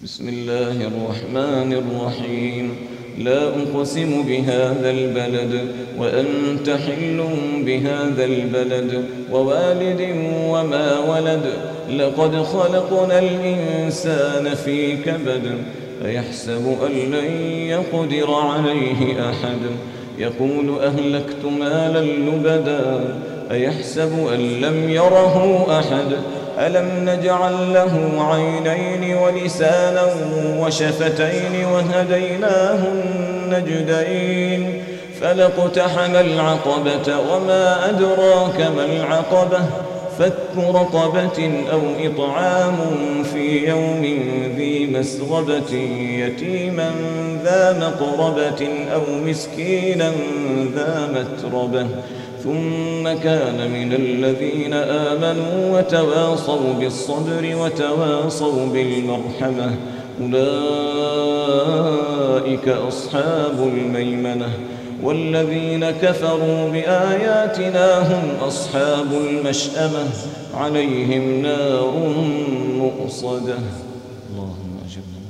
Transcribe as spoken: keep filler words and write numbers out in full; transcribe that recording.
بسم الله الرحمن الرحيم. لا أقسم بهذا البلد وأنت حل بهذا البلد ووالد وما ولد. لقد خلقنا الإنسان في كبد أيحسب أن لن يقدر عليه أحد. يقول أهلكت مالا لبدا أيحسب أن لم يره أحد. ألم نجعل له عينين ولسانا وشفتين وهديناه النجدين. فلاقتحم العقبة وما أدراك ما العقبة. فك رقبة أو إطعام في يوم ذي مسغبة يتيما ذا مقربة أو مسكينا ذا متربة ثم كان من الذين آمنوا وتواصوا بالصبر وتواصوا بالمرحمة أولئك أصحاب الميمنة. والذين كفروا بآياتنا هم أصحاب المشأمة عليهم نار مؤصدة. اللهم أجرنا.